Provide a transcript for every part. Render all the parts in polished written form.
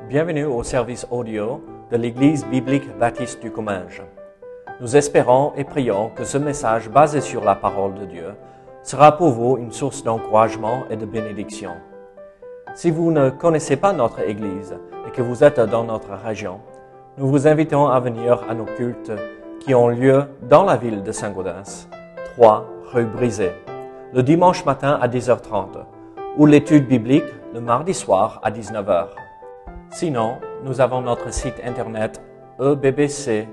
Bienvenue au service audio de l'Église biblique baptiste du Comminges. Nous espérons et prions que ce message basé sur la parole de Dieu sera pour vous une source d'encouragement et de bénédiction. Si vous ne connaissez pas notre Église et que vous êtes dans notre région, nous vous invitons à venir à nos cultes qui ont lieu dans la ville de Saint-Gaudens, 3 rue Brisée, le dimanche matin à 10h30, ou l'étude biblique le mardi soir à 19h. Sinon, nous avons notre site internet ebbc.fr.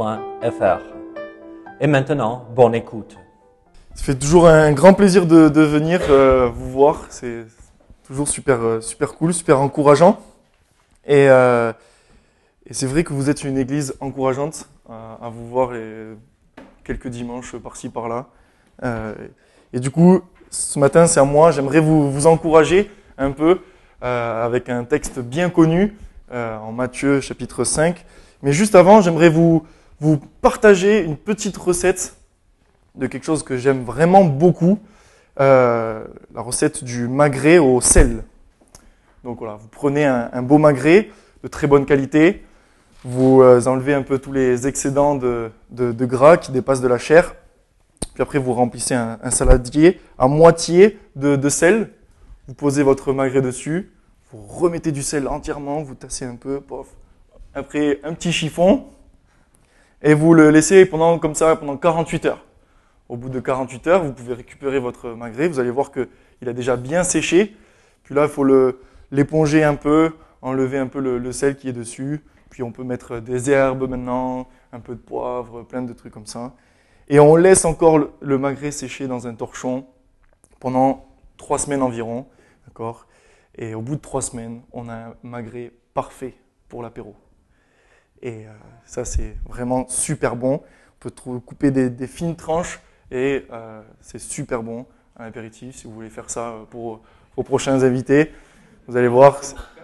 Et maintenant, bonne écoute. Ça fait toujours un grand plaisir de venir vous voir. C'est toujours super cool, super encourageant. Et c'est vrai que vous êtes une église encourageante à vous voir quelques dimanches par-ci, par-là. Et du coup, ce matin, c'est à moi. J'aimerais vous encourager un peu avec un texte bien connu en Matthieu chapitre 5. Mais juste avant, j'aimerais vous partager une petite recette de quelque chose que j'aime vraiment beaucoup, la recette du magret au sel. Donc voilà, vous prenez un beau magret de très bonne qualité, vous enlevez un peu tous les excédents de gras qui dépassent de la chair, puis après vous remplissez un saladier à moitié de sel, vous posez votre magret dessus, vous remettez du sel entièrement, vous tassez un peu, pof. Après un petit chiffon, et vous le laissez pendant 48 heures. Au bout de 48 heures, vous pouvez récupérer votre magret, vous allez voir qu'il a déjà bien séché. Puis là, il faut l'éponger un peu, enlever un peu le sel qui est dessus. Puis on peut mettre des herbes maintenant, un peu de poivre, plein de trucs comme ça. Et on laisse encore le magret sécher dans un torchon pendant 3 semaines environ. D'accord ? Et au bout de 3 semaines, on a un magret parfait pour l'apéro. Et ça, c'est vraiment super bon. On peut couper des fines tranches et c'est super bon à l'apéritif. Si vous voulez faire ça pour vos prochains invités, vous allez voir.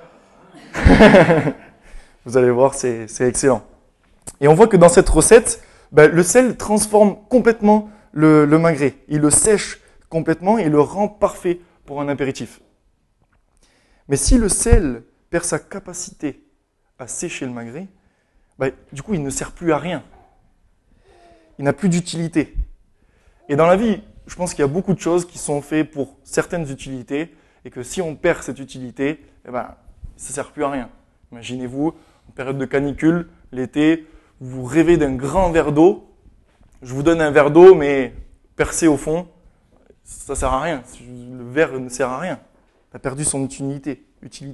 Vous allez voir, c'est excellent. Et on voit que dans cette recette, le sel transforme complètement le magret. Il le sèche complètement et il le rend parfait pour un apéritif. Mais si le sel perd sa capacité à sécher le magret, du coup, il ne sert plus à rien. Il n'a plus d'utilité. Et dans la vie, je pense qu'il y a beaucoup de choses qui sont faites pour certaines utilités et que si on perd cette utilité, ça ne sert plus à rien. Imaginez-vous, en période de canicule, l'été, vous rêvez d'un grand verre d'eau. Je vous donne un verre d'eau, mais percé au fond, ça ne sert à rien. Le verre ne sert à rien. Il a perdu son utilité.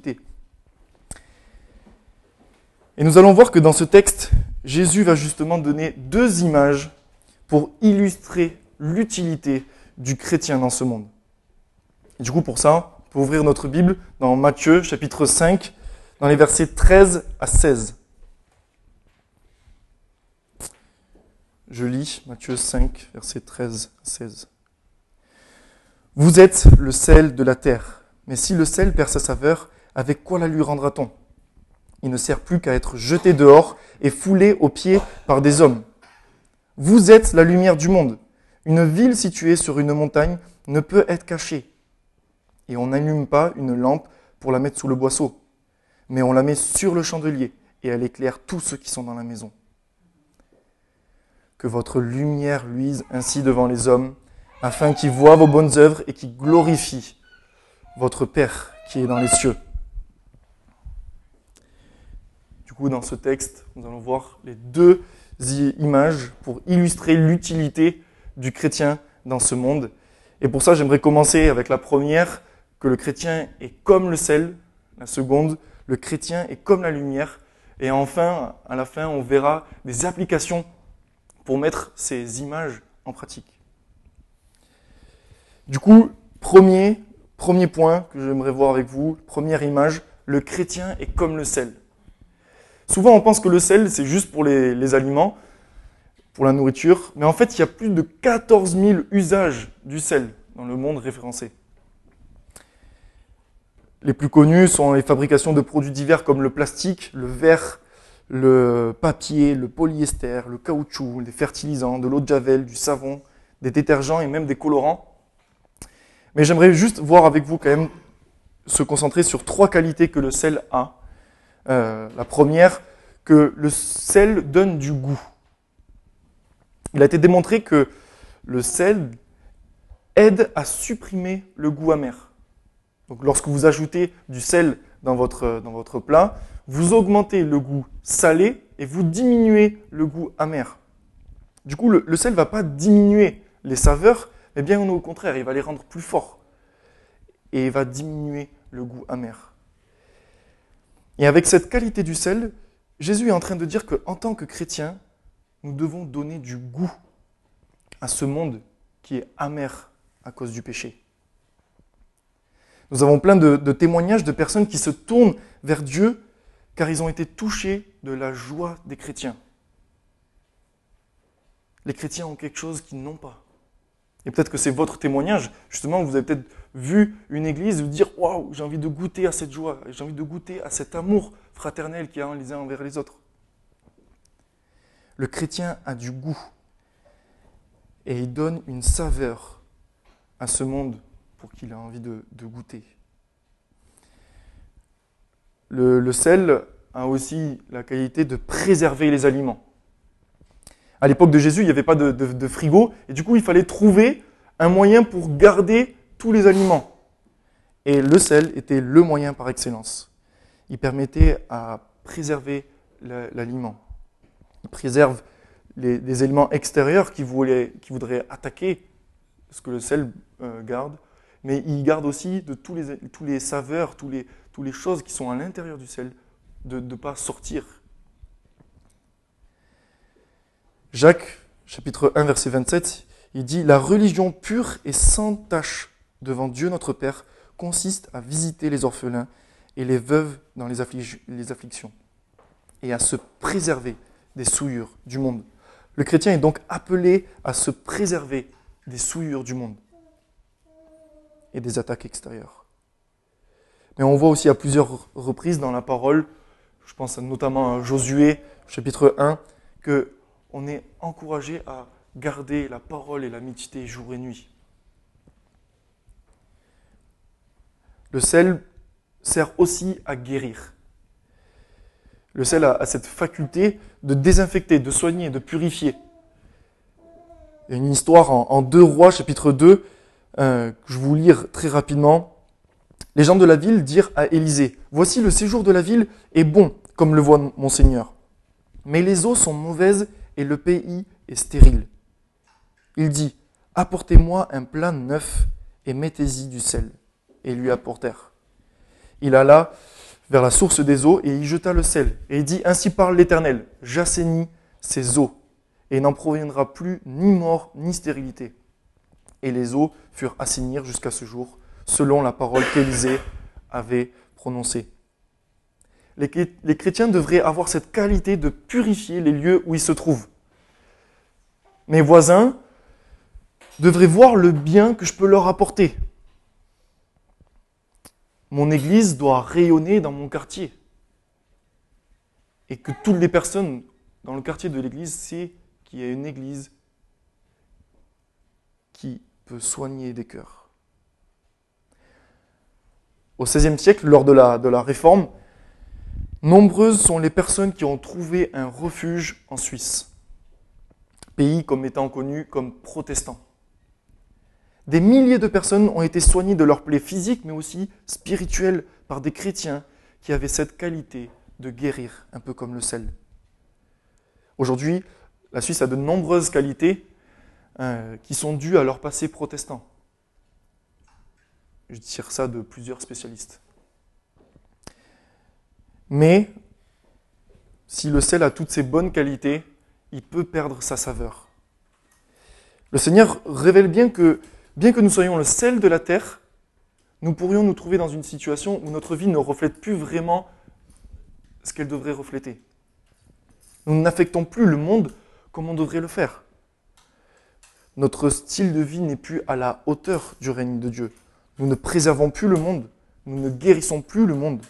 Et nous allons voir que dans ce texte, Jésus va justement donner 2 images pour illustrer l'utilité du chrétien dans ce monde. Et du coup, pour ça, on peut ouvrir notre Bible dans Matthieu, chapitre 5, dans les versets 13 à 16. Je lis Matthieu 5, versets 13 à 16. « Vous êtes le sel de la terre. Mais si le sel perd sa saveur, avec quoi la lui rendra-t-on ? Il ne sert plus qu'à être jeté dehors et foulé aux pieds par des hommes. Vous êtes la lumière du monde. Une ville située sur une montagne ne peut être cachée. Et on n'allume pas une lampe pour la mettre sous le boisseau, mais on la met sur le chandelier et elle éclaire tous ceux qui sont dans la maison. Que votre lumière luise ainsi devant les hommes, afin qu'ils voient vos bonnes œuvres et qu'ils glorifient votre Père qui est dans les cieux. » Du coup, dans ce texte, nous allons voir les 2 images pour illustrer l'utilité du chrétien dans ce monde. Et pour ça, j'aimerais commencer avec la première, que le chrétien est comme le sel. La seconde, le chrétien est comme la lumière. Et enfin, à la fin, on verra des applications pour mettre ces images en pratique. Du coup, premier point que j'aimerais voir avec vous, première image, le chrétien est comme le sel. Souvent, on pense que le sel, c'est juste pour les aliments, pour la nourriture, mais en fait, il y a plus de 14 000 usages du sel dans le monde référencé. Les plus connus sont les fabrications de produits divers comme le plastique, le verre, le papier, le polyester, le caoutchouc, les fertilisants, de l'eau de javel, du savon, des détergents et même des colorants. Mais j'aimerais juste voir avec vous quand même se concentrer sur 3 qualités que le sel a La première, que le sel donne du goût. Il a été démontré que le sel aide à supprimer le goût amer. Donc lorsque vous ajoutez du sel dans votre plat, vous augmentez le goût salé et vous diminuez le goût amer. Du coup, le sel ne va pas diminuer les saveurs, mais bien au contraire, il va les rendre plus forts. Et il va diminuer le goût amer. Et avec cette qualité du sel, Jésus est en train de dire qu'en tant que chrétiens, nous devons donner du goût à ce monde qui est amer à cause du péché. Nous avons plein de témoignages de personnes qui se tournent vers Dieu car ils ont été touchés de la joie des chrétiens. Les chrétiens ont quelque chose qu'ils n'ont pas. Et peut-être que c'est votre témoignage. Justement, vous avez peut-être vu une église vous dire « Waouh, j'ai envie de goûter à cette joie, j'ai envie de goûter à cet amour fraternel qu'il y a les uns envers les autres. » Le chrétien a du goût et il donne une saveur à ce monde pour qu'il ait envie de goûter. Le sel a aussi la qualité de préserver les aliments. À l'époque de Jésus, il n'y avait pas de frigo, et du coup, il fallait trouver un moyen pour garder tous les aliments. Et le sel était le moyen par excellence. Il permettait à préserver l'aliment. Il préserve les éléments extérieurs qui voudraient attaquer ce que le sel garde, mais il garde aussi de tous les saveurs, toutes les choses qui sont à l'intérieur du sel, de ne pas sortir. Jacques, chapitre 1, verset 27, il dit « La religion pure et sans tache devant Dieu notre Père consiste à visiter les orphelins et les veuves dans les afflictions et à se préserver des souillures du monde. » Le chrétien est donc appelé à se préserver des souillures du monde et des attaques extérieures. Mais on voit aussi à plusieurs reprises dans la parole, je pense notamment à Josué, chapitre 1, qu'on est encouragé à garder la parole et la mixité jour et nuit. Le sel sert aussi à guérir. Le sel a cette faculté de désinfecter, de soigner, de purifier. Il y a une histoire en 2 Rois, chapitre 2, que je vais vous lire très rapidement. Les gens de la ville dirent à Élisée, « Voici le séjour de la ville est bon, comme le voit mon Seigneur. Mais les eaux sont mauvaises et le pays est stérile. » Il dit, « Apportez-moi un plat neuf et mettez-y du sel. » Et ils lui apportèrent. Il alla vers la source des eaux et y jeta le sel. Et il dit, « Ainsi parle l'Éternel, j'assainis ces eaux, et il n'en proviendra plus ni mort ni stérilité. » Et les eaux furent assainies jusqu'à ce jour, selon la parole qu'Élisée avait prononcée. Les chrétiens devraient avoir cette qualité de purifier les lieux où ils se trouvent. Mes voisins devraient voir le bien que je peux leur apporter. Mon église doit rayonner dans mon quartier. Et que toutes les personnes dans le quartier de l'église sachent qu'il y a une église qui peut soigner des cœurs. Au XVIe siècle, lors de la Réforme, nombreuses sont les personnes qui ont trouvé un refuge en Suisse, pays comme étant connu comme protestant. Des milliers de personnes ont été soignées de leurs plaies physiques, mais aussi spirituelles, par des chrétiens qui avaient cette qualité de guérir, un peu comme le sel. Aujourd'hui, la Suisse a de nombreuses qualités qui sont dues à leur passé protestant. Je tire ça de plusieurs spécialistes. Mais, si le sel a toutes ces bonnes qualités, il peut perdre sa saveur. Le Seigneur révèle bien que nous soyons le sel de la terre, nous pourrions nous trouver dans une situation où notre vie ne reflète plus vraiment ce qu'elle devrait refléter. Nous n'affectons plus le monde comme on devrait le faire. Notre style de vie n'est plus à la hauteur du règne de Dieu. Nous ne préservons plus le monde, nous ne guérissons plus le monde.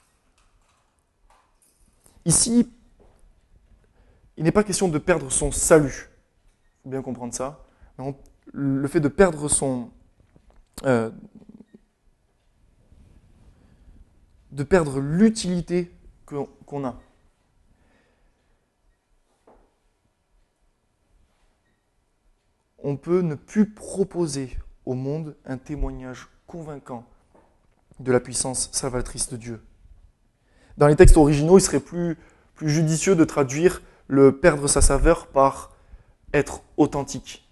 Ici, il n'est pas question de perdre son salut. Il faut bien comprendre ça. Le fait de perdre de perdre l'utilité qu'on a. On peut ne plus proposer au monde un témoignage convaincant de la puissance salvatrice de Dieu. Dans les textes originaux, il serait plus judicieux de traduire le perdre sa saveur par être authentique.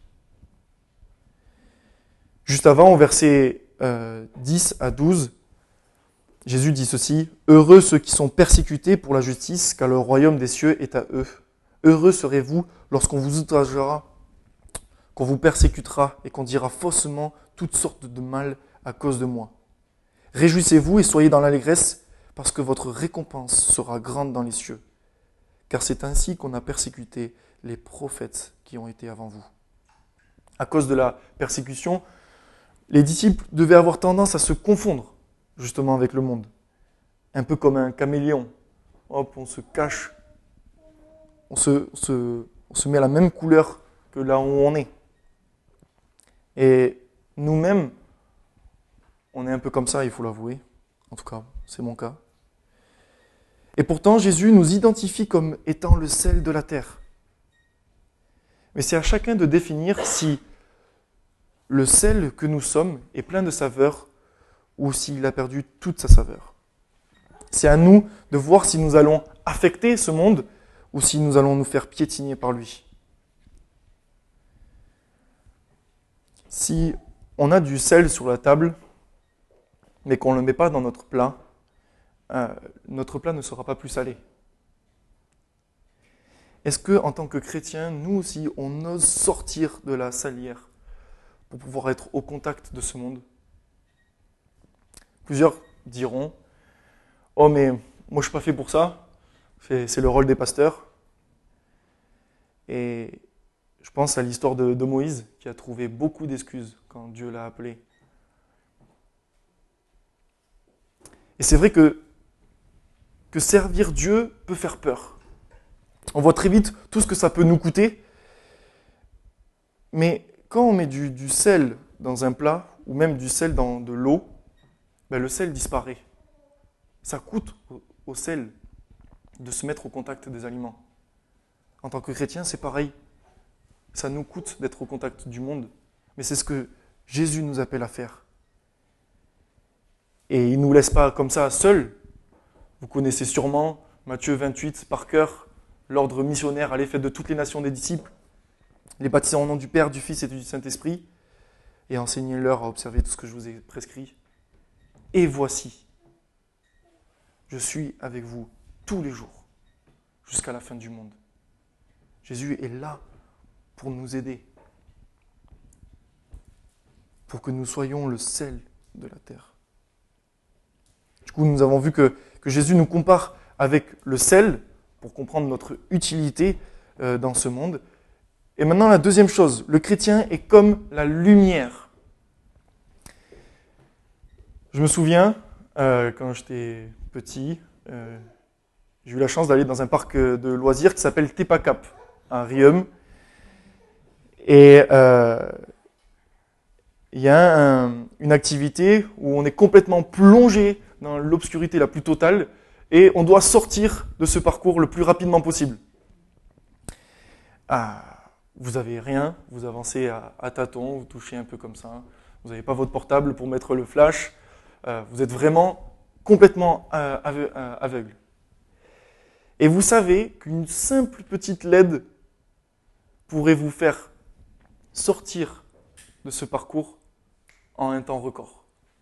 Juste avant, au verset 10 à 12, Jésus dit ceci, « Heureux ceux qui sont persécutés pour la justice, car le royaume des cieux est à eux. Heureux serez-vous lorsqu'on vous outragera, qu'on vous persécutera et qu'on dira faussement toutes sortes de mal à cause de moi. Réjouissez-vous et soyez dans l'allégresse, parce que votre récompense sera grande dans les cieux. Car c'est ainsi qu'on a persécuté les prophètes qui ont été avant vous. » À cause de la persécution, les disciples devaient avoir tendance à se confondre justement avec le monde. Un peu comme un caméléon. Hop, on se cache, on se met à la même couleur que là où on est. Et nous-mêmes, on est un peu comme ça, il faut l'avouer. En tout cas, c'est mon cas. Et pourtant, Jésus nous identifie comme étant le sel de la terre. Mais c'est à chacun de définir si le sel que nous sommes est plein de saveur ou s'il a perdu toute sa saveur. C'est à nous de voir si nous allons affecter ce monde ou si nous allons nous faire piétiner par lui. Si on a du sel sur la table, mais qu'on ne le met pas dans notre plat ne sera pas plus salé. Est-ce que, en tant que chrétiens, nous aussi, on ose sortir de la salière pour pouvoir être au contact de ce monde? Plusieurs diront « Oh, mais moi, je ne suis pas fait pour ça. C'est le rôle des pasteurs. » Et je pense à l'histoire de Moïse, qui a trouvé beaucoup d'excuses quand Dieu l'a appelé. Et c'est vrai que servir Dieu peut faire peur. On voit très vite tout ce que ça peut nous coûter. Mais quand on met du sel dans un plat, ou même du sel dans de l'eau, le sel disparaît. Ça coûte au sel de se mettre au contact des aliments. En tant que chrétien, c'est pareil. Ça nous coûte d'être au contact du monde. Mais c'est ce que Jésus nous appelle à faire. Et il ne nous laisse pas comme ça seuls. Vous connaissez sûrement Matthieu 28 par cœur, l'ordre missionnaire, allez, faites de toutes les nations des disciples, les baptisant au nom du Père, du Fils et du Saint-Esprit, et enseignez-leur à observer tout ce que je vous ai prescrit. Et voici, je suis avec vous tous les jours, jusqu'à la fin du monde. Jésus est là pour nous aider, pour que nous soyons le sel de la terre. Du coup, nous avons vu que Jésus nous compare avec le sel pour comprendre notre utilité dans ce monde. Et maintenant, la deuxième chose, le chrétien est comme la lumière. Je me souviens, quand j'étais petit, j'ai eu la chance d'aller dans un parc de loisirs qui s'appelle Tepacap, à Riom. Et il y a une activité où on est complètement plongé dans l'obscurité la plus totale et on doit sortir de ce parcours le plus rapidement possible. Vous n'avez rien, vous avancez à tâtons, vous touchez un peu comme ça, vous n'avez pas votre portable pour mettre le flash, vous êtes vraiment complètement aveugle. Et vous savez qu'une simple petite LED pourrait vous faire sortir de ce parcours en un temps record.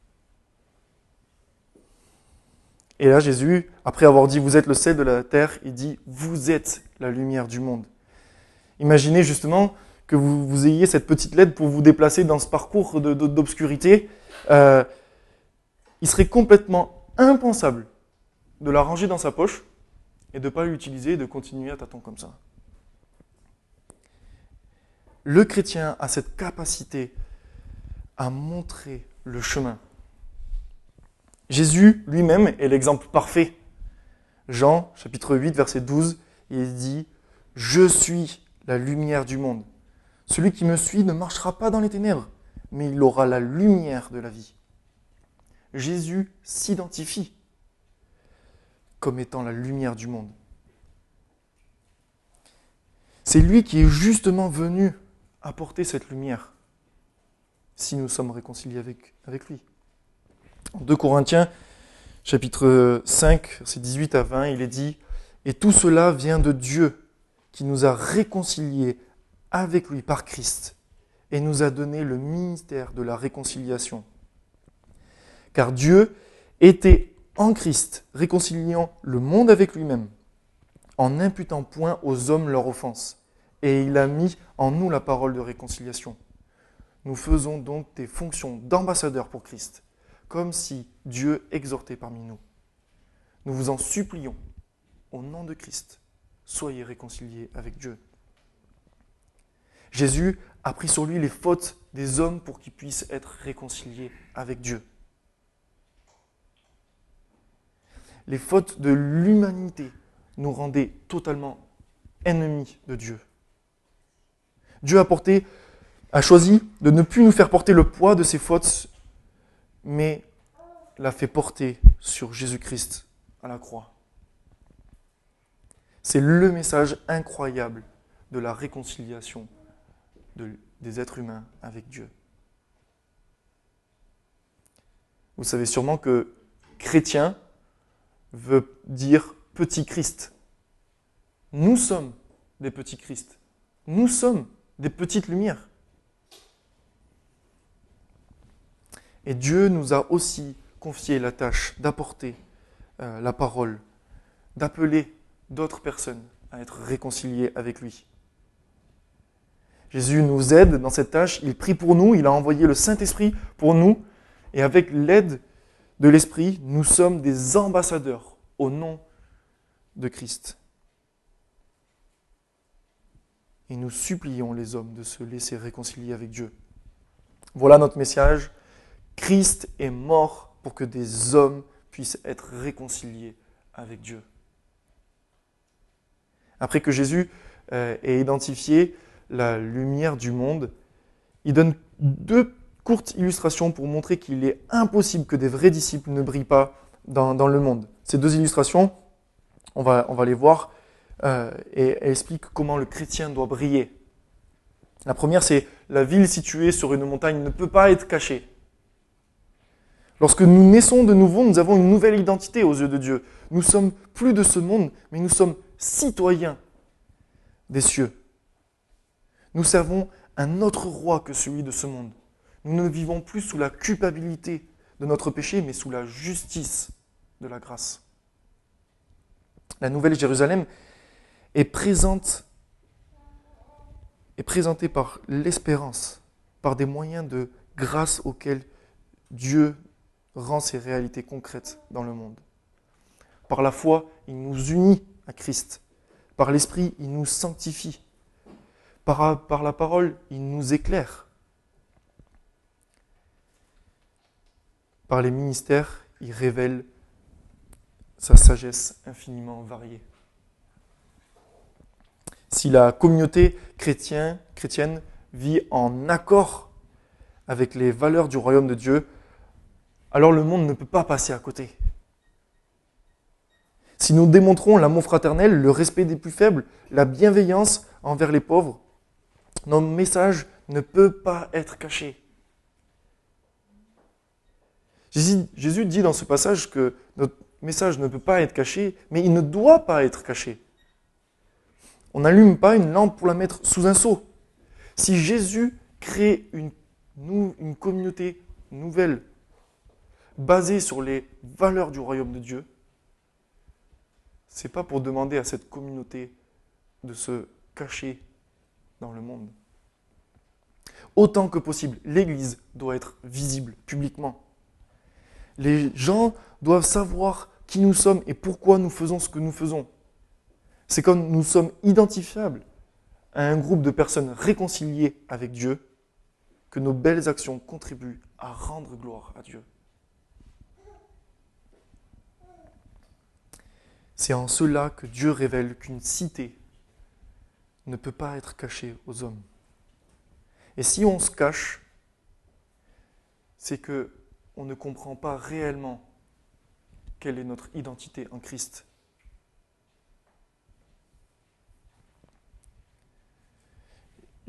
Et là, Jésus, après avoir dit « Vous êtes le sel de la terre », il dit « Vous êtes la lumière du monde ». Imaginez justement que vous ayez cette petite LED pour vous déplacer dans ce parcours d'obscurité. Il serait complètement impensable de la ranger dans sa poche et de ne pas l'utiliser et de continuer à tâtons comme ça. Le chrétien a cette capacité à montrer le chemin. Jésus lui-même est l'exemple parfait. Jean, chapitre 8, verset 12, il dit « Je suis la lumière du monde. Celui qui me suit ne marchera pas dans les ténèbres, mais il aura la lumière de la vie. » Jésus s'identifie comme étant la lumière du monde. C'est lui qui est justement venu apporter cette lumière si nous sommes réconciliés avec lui. En 2 Corinthiens, chapitre 5, versets 18 à 20, il est dit « Et tout cela vient de Dieu qui nous a réconciliés avec lui par Christ et nous a donné le ministère de la réconciliation. Car Dieu était en Christ, réconciliant le monde avec lui-même, en n'imputant point aux hommes leur offense. Et il a mis en nous la parole de réconciliation. Nous faisons donc des fonctions d'ambassadeurs pour Christ, comme si Dieu exhortait parmi nous. Nous vous en supplions, au nom de Christ, soyez réconciliés avec Dieu. » Jésus a pris sur lui les fautes des hommes pour qu'ils puissent être réconciliés avec Dieu. Les fautes de l'humanité nous rendaient totalement ennemis de Dieu. Dieu a choisi de ne plus nous faire porter le poids de ses fautes, mais l'a fait porter sur Jésus-Christ à la croix. C'est le message incroyable de la réconciliation des êtres humains avec Dieu. Vous savez sûrement que chrétien veut dire petit Christ. Nous sommes des petits Christ. Nous sommes des petites lumières. Et Dieu nous a aussi confié la tâche d'apporter la parole, d'appeler d'autres personnes à être réconciliées avec lui. Jésus nous aide dans cette tâche, il prie pour nous, il a envoyé le Saint-Esprit pour nous, et avec l'aide de l'Esprit, nous sommes des ambassadeurs au nom de Christ. Et nous supplions les hommes de se laisser réconcilier avec Dieu. Voilà notre message. Christ est mort pour que des hommes puissent être réconciliés avec Dieu. Après que Jésus ait identifié la lumière du monde, il donne 2 courtes illustrations pour montrer qu'il est impossible que des vrais disciples ne brillent pas dans le monde. Ces 2 illustrations, on va les voir, et elles expliquent comment le chrétien doit briller. La première, c'est la ville située sur une montagne ne peut pas être cachée. Lorsque nous naissons de nouveau, nous avons une nouvelle identité aux yeux de Dieu. Nous sommes plus de ce monde, mais nous sommes citoyens des cieux. Nous servons un autre roi que celui de ce monde. Nous ne vivons plus sous la culpabilité de notre péché, mais sous la justice de la grâce. La nouvelle Jérusalem est présentée par l'espérance, par des moyens de grâce auxquels Dieu rend ses réalités concrètes dans le monde. Par la foi, il nous unit à Christ. Par l'Esprit, il nous sanctifie. Par la parole, il nous éclaire. Par les ministères, il révèle sa sagesse infiniment variée. Si la communauté chrétienne vit en accord avec les valeurs du royaume de Dieu, alors le monde ne peut pas passer à côté. Si nous démontrons l'amour fraternel, le respect des plus faibles, la bienveillance envers les pauvres, notre message ne peut pas être caché. Jésus dit dans ce passage que notre message ne peut pas être caché, mais il ne doit pas être caché. On n'allume pas une lampe pour la mettre sous un seau. Si Jésus crée une communauté nouvelle, basée sur les valeurs du royaume de Dieu, ce n'est pas pour demander à cette communauté de se cacher dans le monde. Autant que possible, l'Église doit être visible publiquement. Les gens doivent savoir qui nous sommes et pourquoi nous faisons ce que nous faisons. C'est comme nous sommes identifiables à un groupe de personnes réconciliées avec Dieu que nos belles actions contribuent à rendre gloire à Dieu. C'est en cela que Dieu révèle qu'une cité ne peut pas être cachée aux hommes. Et si on se cache, c'est qu'on ne comprend pas réellement quelle est notre identité en Christ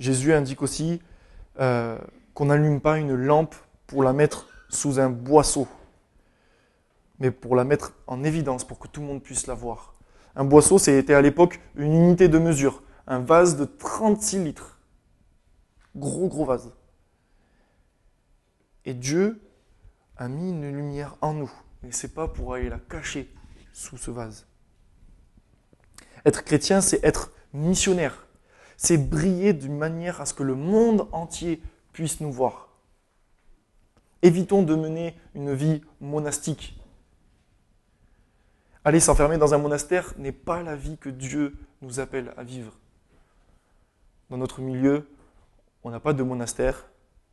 Jésus indique aussi qu'on n'allume pas une lampe pour la mettre sous un boisseau, mais pour la mettre en évidence, pour que tout le monde puisse la voir. Un boisseau, c'était à l'époque une unité de mesure, un vase de 36 litres. Gros vase. Et Dieu a mis une lumière en nous, mais ce n'est pas pour aller la cacher sous ce vase. Être chrétien, c'est être missionnaire. C'est briller d'une manière à ce que le monde entier puisse nous voir. Évitons de mener une vie monastique. Aller s'enfermer dans un monastère n'est pas la vie que Dieu nous appelle à vivre. Dans notre milieu, on n'a pas de monastère,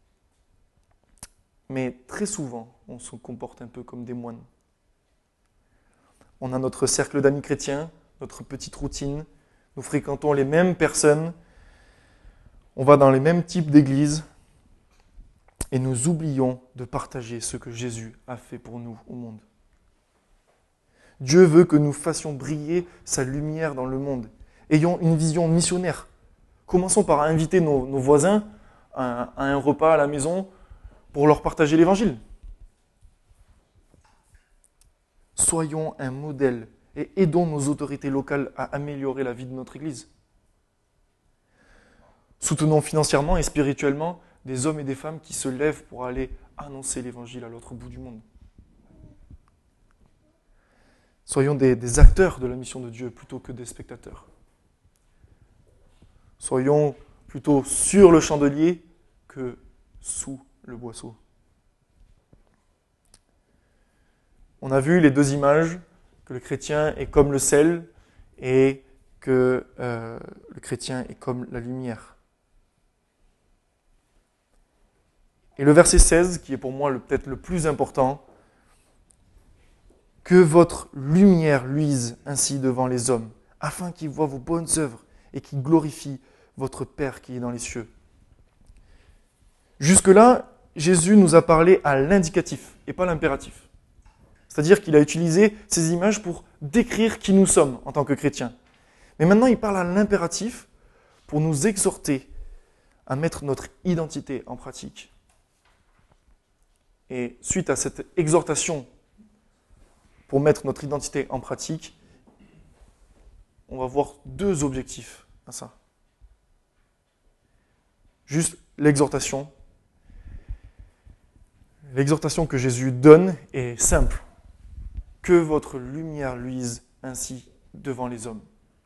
mais très souvent, on se comporte un peu comme des moines. On a notre cercle d'amis chrétiens, notre petite routine, nous fréquentons les mêmes personnes, on va dans les mêmes types d'églises, et nous oublions de partager ce que Jésus a fait pour nous au monde. Dieu veut que nous fassions briller sa lumière dans le monde. Ayons une vision missionnaire. Commençons par inviter nos voisins à un repas à la maison pour leur partager l'évangile. Soyons un modèle et aidons nos autorités locales à améliorer la vie de notre Église. Soutenons financièrement et spirituellement des hommes et des femmes qui se lèvent pour aller annoncer l'évangile à l'autre bout du monde. Soyons des acteurs de la mission de Dieu plutôt que des spectateurs. Soyons plutôt sur le chandelier que sous le boisseau. On a vu les deux images, que le chrétien est comme le sel et que le chrétien est comme la lumière. Et le verset 16, qui est pour moi peut-être le plus important, « Que votre lumière luise ainsi devant les hommes, afin qu'ils voient vos bonnes œuvres et qu'ils glorifient votre Père qui est dans les cieux. » Jusque-là, Jésus nous a parlé à l'indicatif et pas l'impératif. C'est-à-dire qu'il a utilisé ces images pour décrire qui nous sommes en tant que chrétiens. Mais maintenant, il parle à l'impératif pour nous exhorter à mettre notre identité en pratique. Et suite à cette exhortation pour mettre notre identité en pratique, on va voir deux objectifs à ça. Juste l'exhortation. L'exhortation que Jésus donne est simple. Que votre lumière luise ainsi devant les hommes.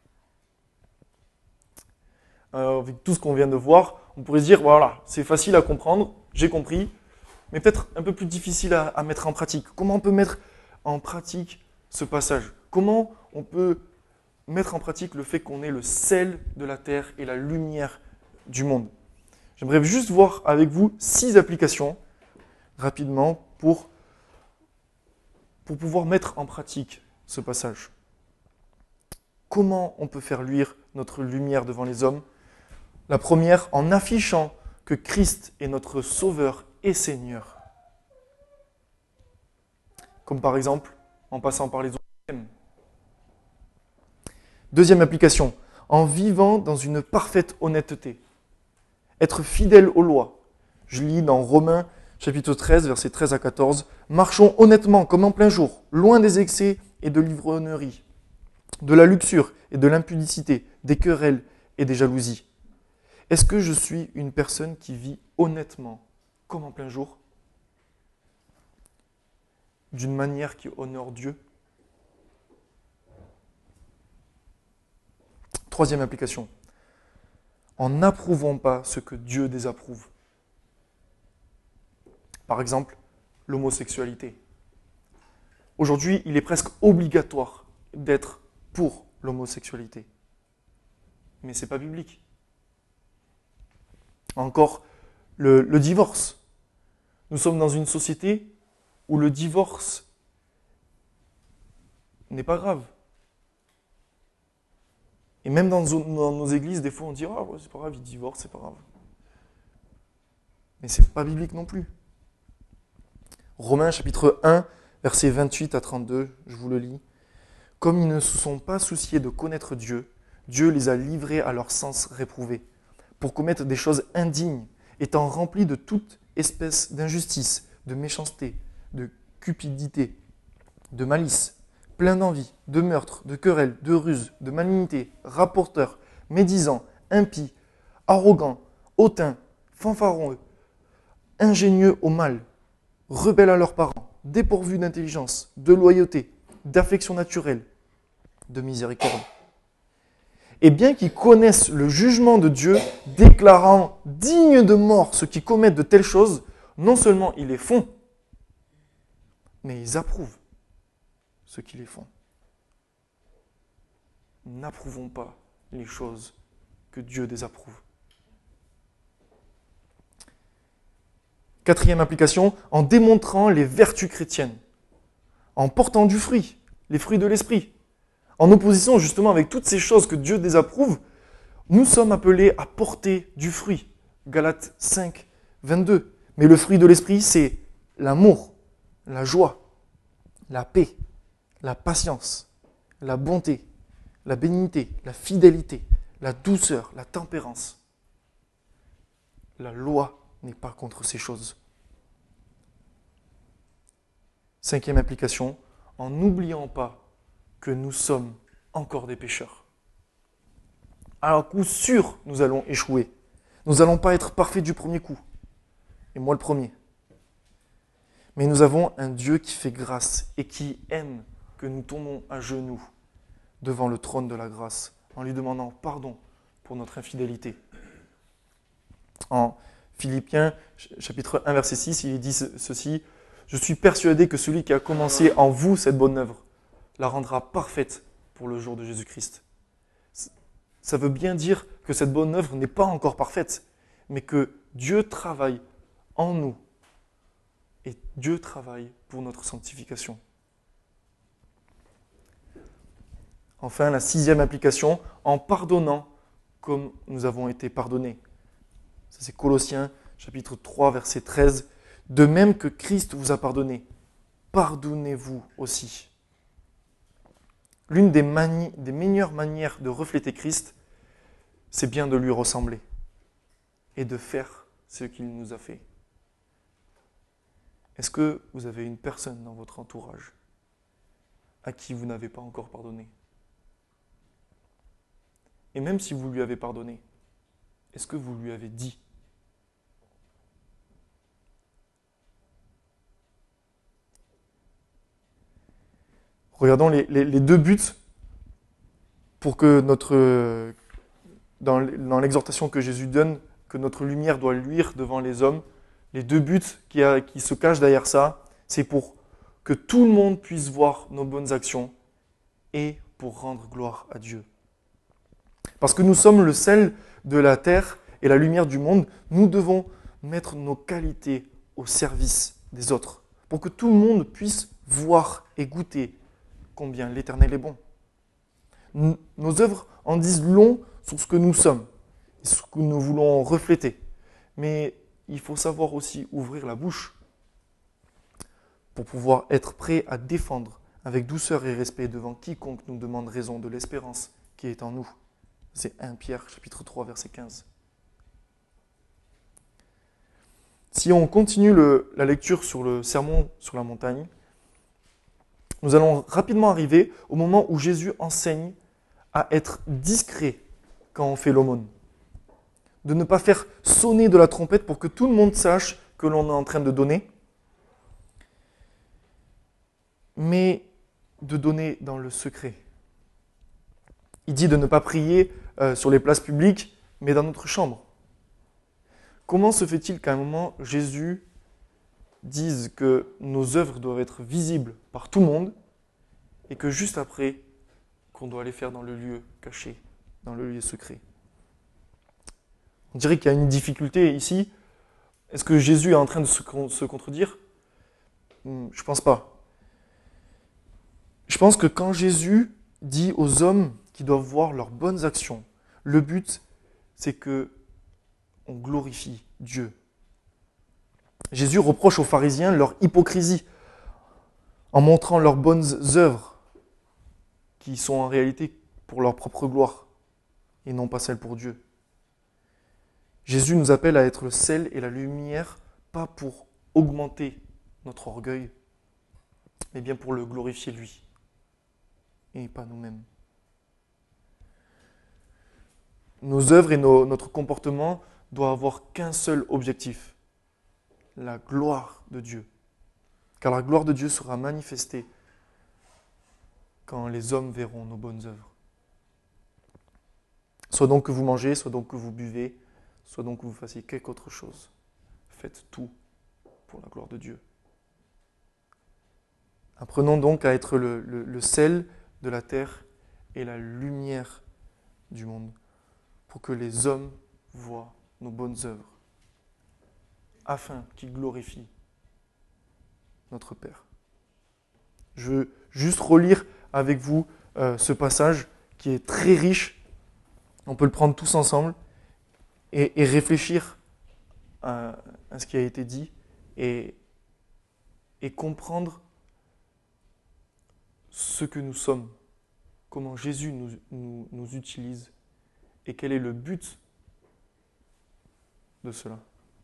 Avec tout ce qu'on vient de voir, on pourrait se dire, voilà, c'est facile à comprendre, j'ai compris, mais peut-être un peu plus difficile à mettre en pratique. Comment on peut mettre en pratique ce passage? Comment on peut mettre en pratique le fait qu'on est le sel de la terre et la lumière du monde? J'aimerais juste voir avec vous 6 applications, rapidement, pour pouvoir mettre en pratique ce passage. Comment on peut faire luire notre lumière devant les hommes? La première, en affichant que Christ est notre Sauveur et Seigneur. Comme par exemple, en passant par les autres. Deuxième application, en vivant dans une parfaite honnêteté. Être fidèle aux lois. Je lis dans Romains chapitre 13, versets 13 à 14. « Marchons honnêtement comme en plein jour, loin des excès et de l'ivrognerie, de la luxure et de l'impudicité, des querelles et des jalousies. Est-ce que je suis une personne qui vit honnêtement, comme en plein jour, d'une manière qui honore Dieu? » Troisième application, en n'approuvant pas ce que Dieu désapprouve. Par exemple, l'homosexualité. Aujourd'hui, il est presque obligatoire d'être pour l'homosexualité. Mais ce n'est pas biblique. Encore, le divorce. Nous sommes dans une société où le divorce n'est pas grave. Et même dans nos églises, des fois on dit « Ah, c'est pas grave, il divorce, c'est pas grave. » Mais c'est pas biblique non plus. Romains chapitre 1, versets 28 à 32, je vous le lis. « Comme ils ne se sont pas souciés de connaître Dieu, Dieu les a livrés à leur sens réprouvé. pour commettre des choses indignes, étant remplis de toute espèce d'injustice, de méchanceté, de cupidité, de malice, plein d'envie, de meurtre, de querelle, de ruse, de malignité, rapporteurs, médisants, impies, arrogants, hautains, fanfaronneux, ingénieux au mal, rebelles à leurs parents, dépourvus d'intelligence, de loyauté, d'affection naturelle, de miséricorde. Et bien qu'ils connaissent le jugement de Dieu, déclarant dignes de mort ceux qui commettent de telles choses, non seulement ils les font, mais ils approuvent ceux qui les font. N'approuvons pas les choses que Dieu désapprouve. Quatrième application, en démontrant les vertus chrétiennes, en portant du fruit, les fruits de l'esprit. En opposition justement avec toutes ces choses que Dieu désapprouve, nous sommes appelés à porter du fruit. Galates 5, 22. Mais le fruit de l'esprit, c'est l'amour, la joie, la paix, la patience, la bonté, la bénignité, la fidélité, la douceur, la tempérance. La loi n'est pas contre ces choses. Cinquième application, en n'oubliant pas que nous sommes encore des pécheurs. À coup sûr, nous allons échouer. Nous n'allons pas être parfaits du premier coup. Et moi le premier. Mais nous avons un Dieu qui fait grâce et qui aime que nous tombons à genoux devant le trône de la grâce en lui demandant pardon pour notre infidélité. En Philippiens, chapitre 1, verset 6, il dit ceci, « Je suis persuadé que celui qui a commencé en vous cette bonne œuvre la rendra parfaite pour le jour de Jésus-Christ. » Ça veut bien dire que cette bonne œuvre n'est pas encore parfaite, mais que Dieu travaille en nous et Dieu travaille pour notre sanctification. Enfin, la sixième application, en pardonnant comme nous avons été pardonnés. Ça, c'est Colossiens, chapitre 3, verset 13. « De même que Christ vous a pardonné, pardonnez-vous aussi. » L'une des meilleures manières de refléter Christ, c'est bien de lui ressembler et de faire ce qu'il nous a fait. Est-ce que vous avez une personne dans votre entourage à qui vous n'avez pas encore pardonné ? Et même si vous lui avez pardonné, est-ce que vous lui avez dit ? Regardons les deux buts pour que dans l'exhortation que Jésus donne, que notre lumière doit luire devant les hommes. Les deux buts qui se cachent derrière ça, c'est pour que tout le monde puisse voir nos bonnes actions et pour rendre gloire à Dieu. Parce que nous sommes le sel de la terre et la lumière du monde, nous devons mettre nos qualités au service des autres, pour que tout le monde puisse voir et goûter combien l'Éternel est bon. Nos œuvres en disent long sur ce que nous sommes, et ce que nous voulons refléter. Mais il faut savoir aussi ouvrir la bouche pour pouvoir être prêt à défendre avec douceur et respect devant quiconque nous demande raison de l'espérance qui est en nous. C'est 1 Pierre, chapitre 3, verset 15. Si on continue la lecture sur le sermon sur la montagne, nous allons rapidement arriver au moment où Jésus enseigne à être discret quand on fait l'aumône. De ne pas faire sonner de la trompette pour que tout le monde sache que l'on est en train de donner, mais de donner dans le secret. Il dit de ne pas prier sur les places publiques, mais dans notre chambre. Comment se fait-il qu'à un moment, Jésus dise que nos œuvres doivent être visibles par tout le monde, et que juste après, qu'on doit les faire dans le lieu caché, dans le lieu secret? On dirait qu'il y a une difficulté ici. Est-ce que Jésus est en train de se contredire ? Je ne pense pas. Je pense que quand Jésus dit aux hommes qui doivent voir leurs bonnes actions, le but, c'est que on glorifie Dieu. Jésus reproche aux pharisiens leur hypocrisie en montrant leurs bonnes œuvres qui sont en réalité pour leur propre gloire et non pas celles pour Dieu. Jésus nous appelle à être le sel et la lumière, pas pour augmenter notre orgueil, mais bien pour le glorifier lui, et pas nous-mêmes. Nos œuvres et notre comportement doivent avoir qu'un seul objectif, la gloire de Dieu. Car la gloire de Dieu sera manifestée quand les hommes verront nos bonnes œuvres. Soit donc que vous mangez, soit donc que vous buvez, soit donc que vous fassiez quelque autre chose. Faites tout pour la gloire de Dieu. Apprenons donc à être le sel de la terre et la lumière du monde, pour que les hommes voient nos bonnes œuvres, afin qu'ils glorifient notre Père. Je veux juste relire avec vous ce passage qui est très riche. On peut le prendre tous ensemble et réfléchir à ce qui a été dit et comprendre ce que nous sommes, comment Jésus nous utilise et quel est le but de cela.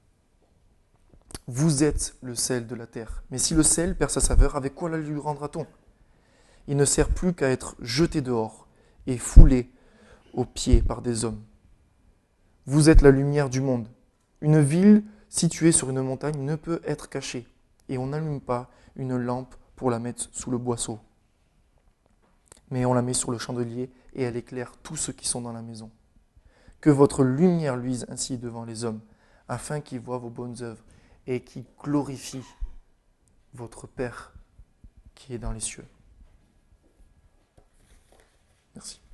Vous êtes le sel de la terre. Mais si le sel perd sa saveur, avec quoi la lui rendra-t-on ? Il ne sert plus qu'à être jeté dehors et foulé aux pieds par des hommes. Vous êtes la lumière du monde. Une ville située sur une montagne ne peut être cachée, et on n'allume pas une lampe pour la mettre sous le boisseau. Mais on la met sur le chandelier et elle éclaire tous ceux qui sont dans la maison. Que votre lumière luise ainsi devant les hommes, afin qu'ils voient vos bonnes œuvres et qu'ils glorifient votre Père qui est dans les cieux. Merci.